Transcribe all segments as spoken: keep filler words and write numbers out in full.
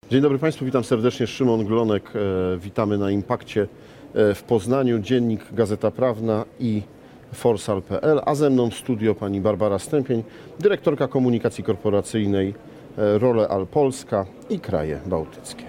Dzień dobry Państwu, witam serdecznie. Szymon Glonek, witamy na Impakcie w Poznaniu, Dziennik, Gazeta Prawna i Forsal kropka pe el, a ze mną w studio pani Barbara Stępień, dyrektorka komunikacji korporacyjnej Roleal Polska i kraje bałtyckie.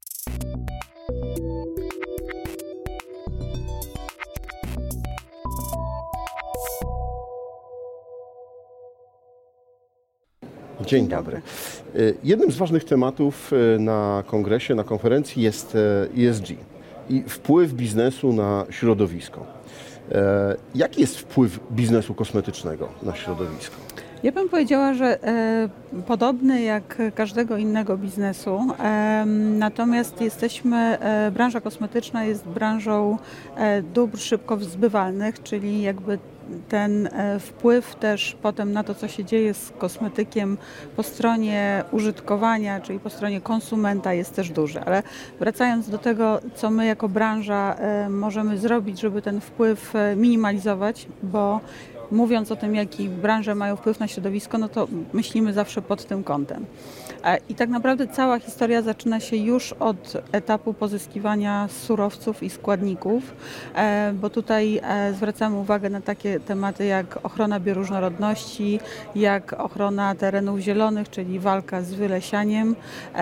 Dzień dobry. Jednym z ważnych tematów na kongresie, na konferencji jest E S G i wpływ biznesu na środowisko. Jaki jest wpływ biznesu kosmetycznego na środowisko? Ja bym powiedziała, że e, podobny jak każdego innego biznesu, e, natomiast jesteśmy, e, branża kosmetyczna jest branżą e, dóbr szybko zbywalnych, czyli jakby ten e, wpływ też potem na to, co się dzieje z kosmetykiem po stronie użytkowania, czyli po stronie konsumenta jest też duży. Ale wracając do tego, co my jako branża e, możemy zrobić, żeby ten wpływ e, minimalizować, bo mówiąc o tym, jaki branże mają wpływ na środowisko, no to myślimy zawsze pod tym kątem. I tak naprawdę cała historia zaczyna się już od etapu pozyskiwania surowców i składników, bo tutaj zwracamy uwagę na takie tematy jak ochrona bioróżnorodności, jak ochrona terenów zielonych, czyli walka z wylesianiem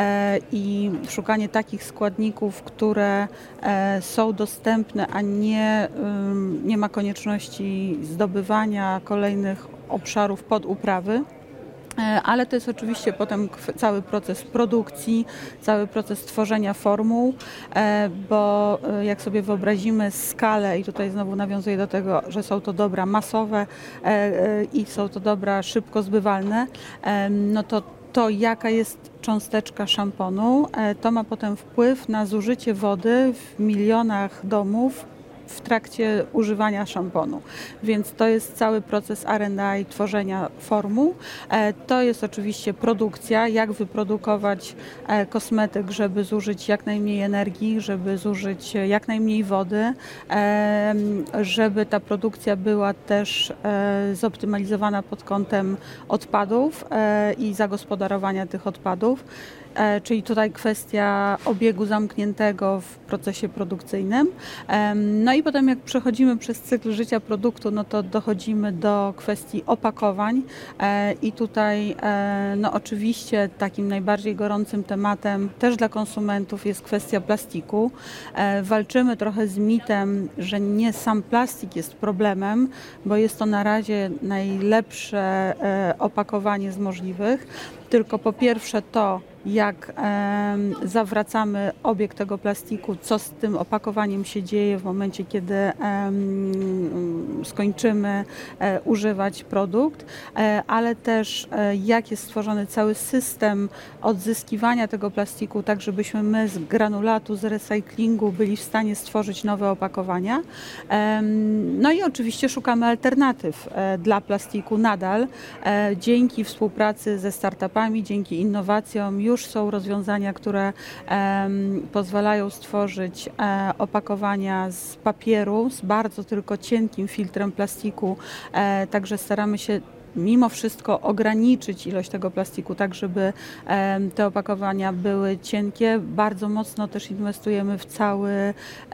i szukanie takich składników, które są dostępne, a nie, nie ma konieczności zdobywania kolejnych obszarów pod uprawy. Ale to jest oczywiście potem cały proces produkcji, cały proces tworzenia formuł, bo jak sobie wyobrazimy skalę, i tutaj znowu nawiązuję do tego, że są to dobra masowe i są to dobra szybko zbywalne, no to to, jaka jest cząsteczka szamponu, to ma potem wpływ na zużycie wody w milionach domów w trakcie używania szamponu. Więc to jest cały proces R and D i tworzenia formuł. To jest oczywiście produkcja, jak wyprodukować kosmetyk, żeby zużyć jak najmniej energii, żeby zużyć jak najmniej wody, żeby ta produkcja była też zoptymalizowana pod kątem odpadów i zagospodarowania tych odpadów. Czyli tutaj kwestia obiegu zamkniętego w procesie produkcyjnym. No i potem jak przechodzimy przez cykl życia produktu, no to dochodzimy do kwestii opakowań i tutaj no oczywiście takim najbardziej gorącym tematem też dla konsumentów jest kwestia plastiku. Walczymy trochę z mitem, że nie sam plastik jest problemem, bo jest to na razie najlepsze opakowanie z możliwych, tylko po pierwsze to, jak e, zawracamy obieg tego plastiku, co z tym opakowaniem się dzieje w momencie, kiedy e, skończymy e, używać produkt, e, ale też e, jak jest stworzony cały system odzyskiwania tego plastiku, tak żebyśmy my z granulatu, z recyklingu byli w stanie stworzyć nowe opakowania. E, no i oczywiście szukamy alternatyw e, dla plastiku nadal, e, dzięki współpracy ze startupami, dzięki innowacjom. Już są rozwiązania, które um, pozwalają stworzyć e, opakowania z papieru, z bardzo tylko cienkim filtrem plastiku, e, także staramy się mimo wszystko ograniczyć ilość tego plastiku, tak żeby e, te opakowania były cienkie. Bardzo mocno też inwestujemy w cały e,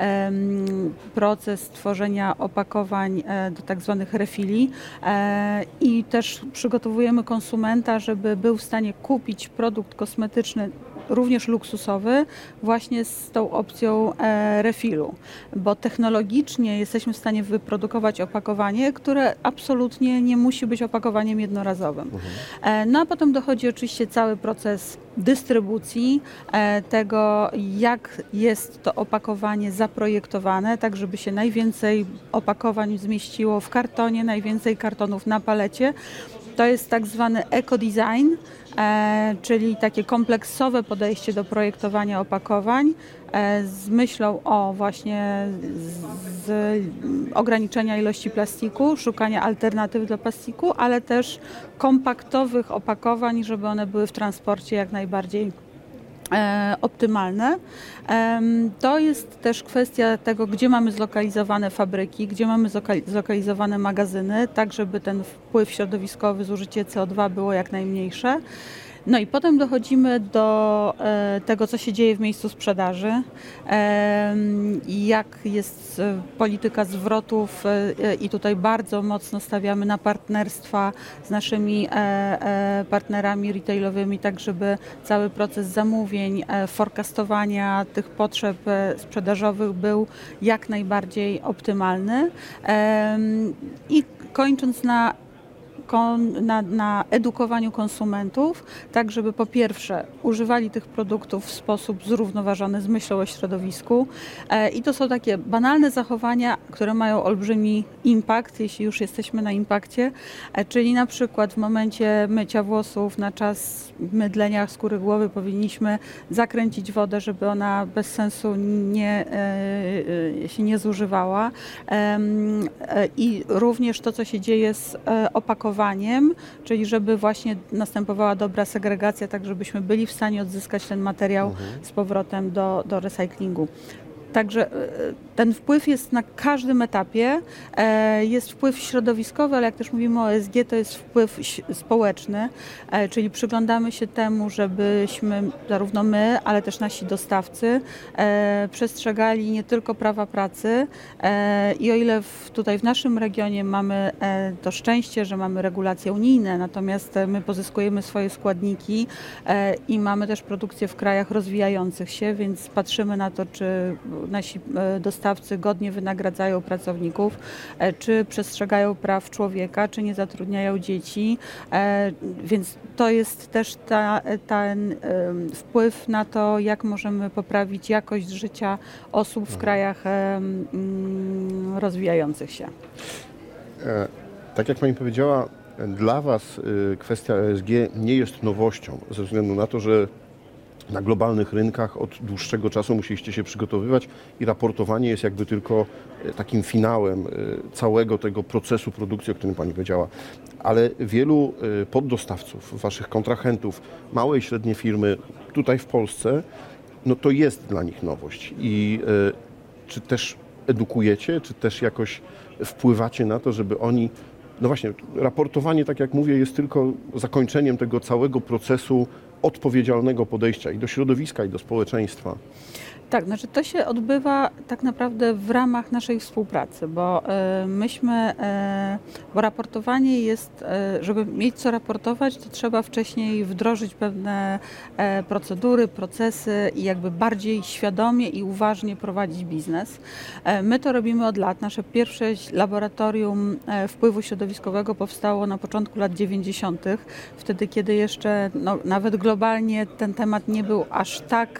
proces tworzenia opakowań e, do tak zwanych refili e, i też przygotowujemy konsumenta, żeby był w stanie kupić produkt kosmetyczny również luksusowy, właśnie z tą opcją e, refilu, bo technologicznie jesteśmy w stanie wyprodukować opakowanie, które absolutnie nie musi być opakowaniem jednorazowym. Mhm. E, no a potem dochodzi oczywiście cały proces dystrybucji, e, tego jak jest to opakowanie zaprojektowane, tak żeby się najwięcej opakowań zmieściło w kartonie, najwięcej kartonów na palecie. To jest tak zwany eco-design, e, czyli takie kompleksowe podejście do projektowania opakowań e, z myślą o właśnie z, z ograniczenia ilości plastiku, szukania alternatyw dla plastiku, ale też kompaktowych opakowań, żeby one były w transporcie jak najbardziej E, optymalne. E, to jest też kwestia tego, gdzie mamy zlokalizowane fabryki, gdzie mamy zlokalizowane magazyny, tak żeby ten wpływ środowiskowy, zużycie C O dwa było jak najmniejsze. No i potem dochodzimy do e, tego, co się dzieje w miejscu sprzedaży, e, jak jest e, polityka zwrotów e, i tutaj bardzo mocno stawiamy na partnerstwa z naszymi e, e, partnerami retailowymi, tak żeby cały proces zamówień, e, forecastowania tych potrzeb e, sprzedażowych był jak najbardziej optymalny. E, I kończąc na Na, na edukowaniu konsumentów, tak żeby po pierwsze używali tych produktów w sposób zrównoważony z myślą o środowisku e, i to są takie banalne zachowania, które mają olbrzymi impact, jeśli już jesteśmy na impakcie, e, czyli na przykład w momencie mycia włosów na czas mydlenia skóry głowy powinniśmy zakręcić wodę, żeby ona bez sensu nie, e, e, się nie zużywała e, e, i również to, co się dzieje z e, opakowaniem, czyli żeby właśnie następowała dobra segregacja, tak żebyśmy byli w stanie odzyskać ten materiał mhm. z powrotem do, do recyklingu. Także ten wpływ jest na każdym etapie. Jest wpływ środowiskowy, ale jak też mówimy o E S G, to jest wpływ społeczny, czyli przyglądamy się temu, żebyśmy, zarówno my, ale też nasi dostawcy, przestrzegali nie tylko prawa pracy i o ile w, tutaj w naszym regionie mamy to szczęście, że mamy regulacje unijne, natomiast my pozyskujemy swoje składniki i mamy też produkcję w krajach rozwijających się, więc patrzymy na to, czy nasi dostawcy godnie wynagradzają pracowników, czy przestrzegają praw człowieka, czy nie zatrudniają dzieci, więc to jest też ta, ten wpływ na to, jak możemy poprawić jakość życia osób w krajach rozwijających się. Tak jak Pani powiedziała, dla Was kwestia E S G nie jest nowością, ze względu na to, że na globalnych rynkach od dłuższego czasu musieliście się przygotowywać i raportowanie jest jakby tylko takim finałem całego tego procesu produkcji, o którym Pani powiedziała. Ale wielu poddostawców, Waszych kontrahentów, małe i średnie firmy tutaj w Polsce, no to jest dla nich nowość. I czy też edukujecie, czy też jakoś wpływacie na to, żeby oni... No właśnie, raportowanie, tak jak mówię, jest tylko zakończeniem tego całego procesu odpowiedzialnego podejścia i do środowiska, i do społeczeństwa. Tak, znaczy to się odbywa tak naprawdę w ramach naszej współpracy, bo y, myśmy, y, bo raportowanie jest, y, żeby mieć co raportować, to trzeba wcześniej wdrożyć pewne y, procedury, procesy i jakby bardziej świadomie i uważnie prowadzić biznes. Y, my to robimy od lat. Nasze pierwsze laboratorium y, wpływu środowiskowego powstało na początku lat dziewięćdziesiątych, wtedy kiedy jeszcze no, nawet globalnie ten temat nie był aż tak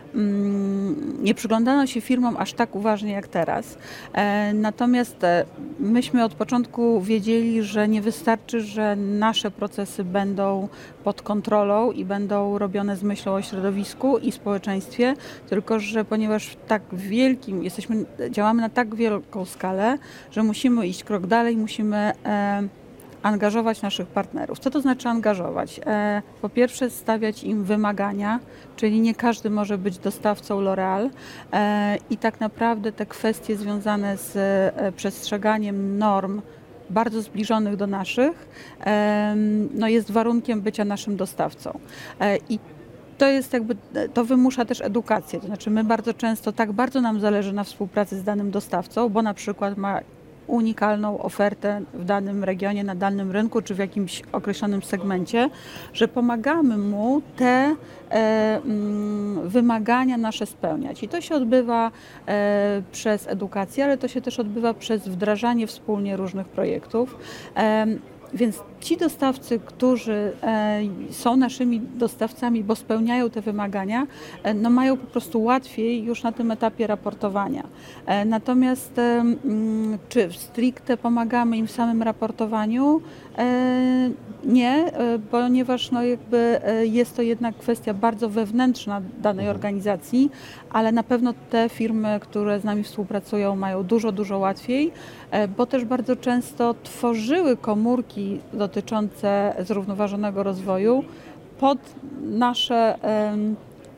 nie przyglądano się firmom aż tak uważnie jak teraz. Natomiast myśmy od początku wiedzieli, że nie wystarczy, że nasze procesy będą pod kontrolą i będą robione z myślą o środowisku i społeczeństwie, tylko że ponieważ w tak wielkim, jesteśmy, działamy na tak wielką skalę, że musimy iść krok dalej, musimy angażować naszych partnerów. Co to znaczy angażować? E, po pierwsze stawiać im wymagania, czyli nie każdy może być dostawcą L'Oréal e, i tak naprawdę te kwestie związane z e, przestrzeganiem norm bardzo zbliżonych do naszych, e, no jest warunkiem bycia naszym dostawcą. E, i To jest jakby, to wymusza też edukację, to znaczy my bardzo często, tak bardzo nam zależy na współpracy z danym dostawcą, bo na przykład ma unikalną ofertę w danym regionie, na danym rynku czy w jakimś określonym segmencie, że pomagamy mu te e, mm, wymagania nasze spełniać. I to się odbywa e, przez edukację, ale to się też odbywa przez wdrażanie wspólnie różnych projektów. E, Więc ci dostawcy, którzy e, są naszymi dostawcami, bo spełniają te wymagania, e, no mają po prostu łatwiej już na tym etapie raportowania. E, natomiast e, m, czy stricte pomagamy im w samym raportowaniu? E, nie, e, ponieważ no jakby e, jest to jednak kwestia bardzo wewnętrzna danej organizacji, ale na pewno te firmy, które z nami współpracują, mają dużo, dużo łatwiej, e, bo też bardzo często tworzyły komórki dotyczące zrównoważonego rozwoju pod nasze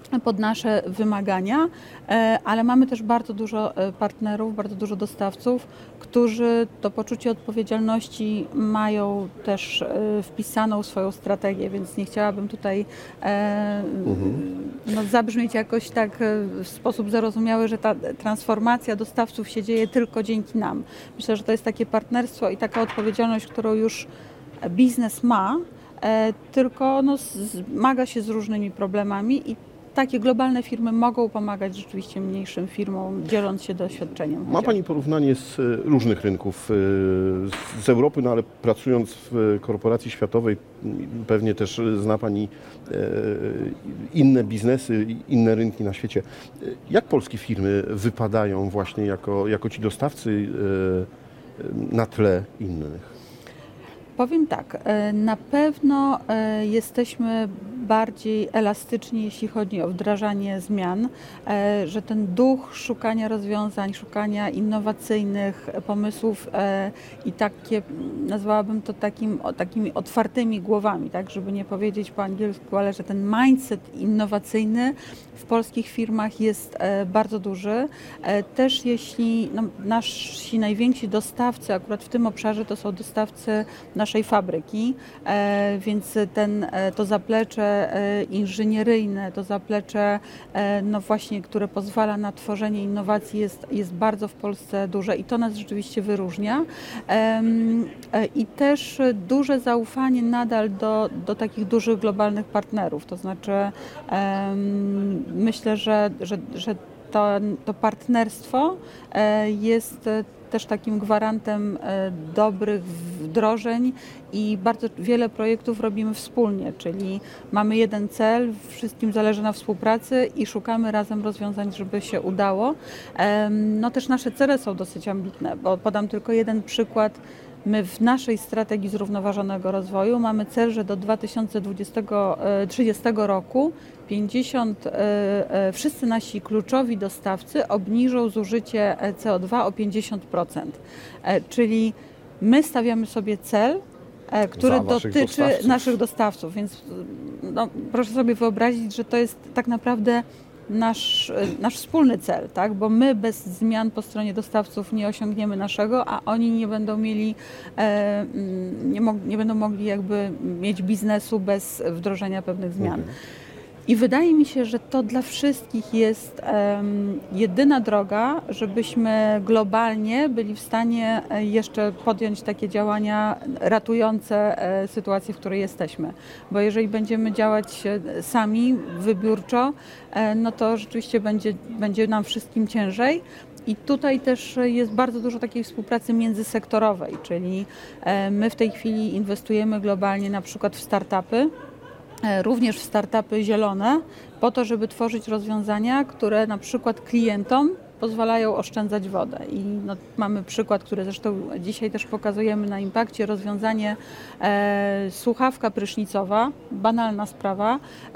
pod nasze wymagania, e, ale mamy też bardzo dużo e, partnerów, bardzo dużo dostawców, którzy to poczucie odpowiedzialności mają też e, wpisaną w swoją strategię, więc nie chciałabym tutaj e, no, zabrzmieć jakoś tak e, w sposób zarozumiały, że ta transformacja dostawców się dzieje tylko dzięki nam. Myślę, że to jest takie partnerstwo i taka odpowiedzialność, którą już biznes ma, e, tylko no, zmaga się z różnymi problemami i takie globalne firmy mogą pomagać rzeczywiście mniejszym firmom, dzieląc się doświadczeniem. Ma Pani porównanie z różnych rynków, z Europy, no ale pracując w korporacji światowej, pewnie też zna Pani inne biznesy, inne rynki na świecie. Jak polskie firmy wypadają właśnie jako, jako ci dostawcy na tle innych? Powiem tak, na pewno jesteśmy bardziej elastyczni, jeśli chodzi o wdrażanie zmian, że ten duch szukania rozwiązań, szukania innowacyjnych pomysłów i takie, nazwałabym to takim, takimi otwartymi głowami, tak, żeby nie powiedzieć po angielsku, ale że ten mindset innowacyjny w polskich firmach jest bardzo duży. Też jeśli no, nasi najwięksi dostawcy, akurat w tym obszarze, to są dostawcy naszej fabryki, więc ten, to zaplecze inżynieryjne, to zaplecze, no właśnie, które pozwala na tworzenie innowacji jest, jest bardzo w Polsce duże i to nas rzeczywiście wyróżnia. I też duże zaufanie nadal do, do takich dużych globalnych partnerów, to znaczy myślę, że, że, że to, to partnerstwo jest też takim gwarantem dobrych wdrożeń i bardzo wiele projektów robimy wspólnie, czyli mamy jeden cel, wszystkim zależy na współpracy i szukamy razem rozwiązań, żeby się udało. No też nasze cele są dosyć ambitne, bo podam tylko jeden przykład. My w naszej strategii zrównoważonego rozwoju mamy cel, że do dwa tysiące trzydziestego roku pięćdziesiąt, wszyscy nasi kluczowi dostawcy obniżą zużycie C O dwa o pięćdziesiąt procent. Czyli my stawiamy sobie cel, który dotyczy dostawców. naszych dostawców, więc no, proszę sobie wyobrazić, że to jest tak naprawdę Nasz, nasz wspólny cel, tak? Bo my bez zmian po stronie dostawców nie osiągniemy naszego, a oni nie będą mieli, e, nie, mo- nie będą mogli jakby mieć biznesu bez wdrożenia pewnych zmian. Okay. I wydaje mi się, że to dla wszystkich jest um, jedyna droga, żebyśmy globalnie byli w stanie jeszcze podjąć takie działania ratujące e, sytuację, w której jesteśmy. Bo jeżeli będziemy działać sami, wybiórczo, e, no to rzeczywiście będzie, będzie nam wszystkim ciężej. I tutaj też jest bardzo dużo takiej współpracy międzysektorowej, czyli e, my w tej chwili inwestujemy globalnie na przykład w startupy, również w startupy zielone, po to, żeby tworzyć rozwiązania, które na przykład klientom pozwalają oszczędzać wodę. I no, mamy przykład, który zresztą dzisiaj też pokazujemy na Impakcie, rozwiązanie e, słuchawka prysznicowa, banalna sprawa,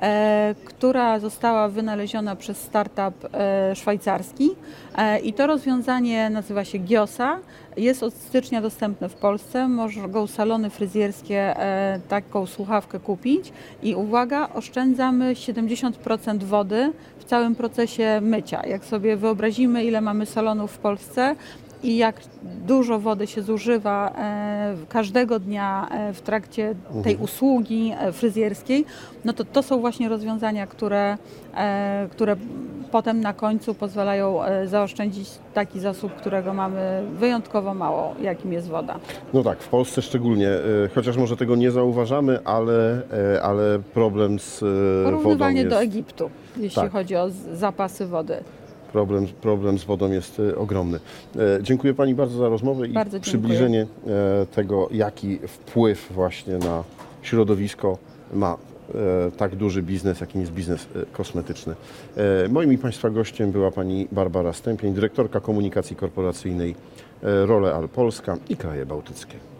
e, która została wynaleziona przez startup e, szwajcarski e, i to rozwiązanie nazywa się Giosa, jest od stycznia dostępne w Polsce, mogą salony fryzjerskie e, taką słuchawkę kupić i uwaga, oszczędzamy siedemdziesiąt procent wody w całym procesie mycia. Jak sobie wyobrazimy, ile mamy salonów w Polsce i jak dużo wody się zużywa e, każdego dnia e, w trakcie tej usługi e, fryzjerskiej, no to to są właśnie rozwiązania, które, e, które potem na końcu pozwalają e, zaoszczędzić taki zasób, którego mamy wyjątkowo mało, jakim jest woda. No tak, w Polsce szczególnie, e, chociaż może tego nie zauważamy, ale, e, ale problem z e, wodą Porównywanie jest... do Egiptu, jeśli tak. chodzi o zapasy wody. Problem, problem z wodą jest e, ogromny. E, dziękuję Pani bardzo za rozmowę bardzo i przybliżenie e, tego, jaki wpływ właśnie na środowisko ma e, tak duży biznes, jakim jest biznes e, kosmetyczny. E, moim i Państwa gościem była Pani Barbara Stępień, dyrektorka komunikacji korporacyjnej e, L'Oréal Polska i kraje bałtyckie.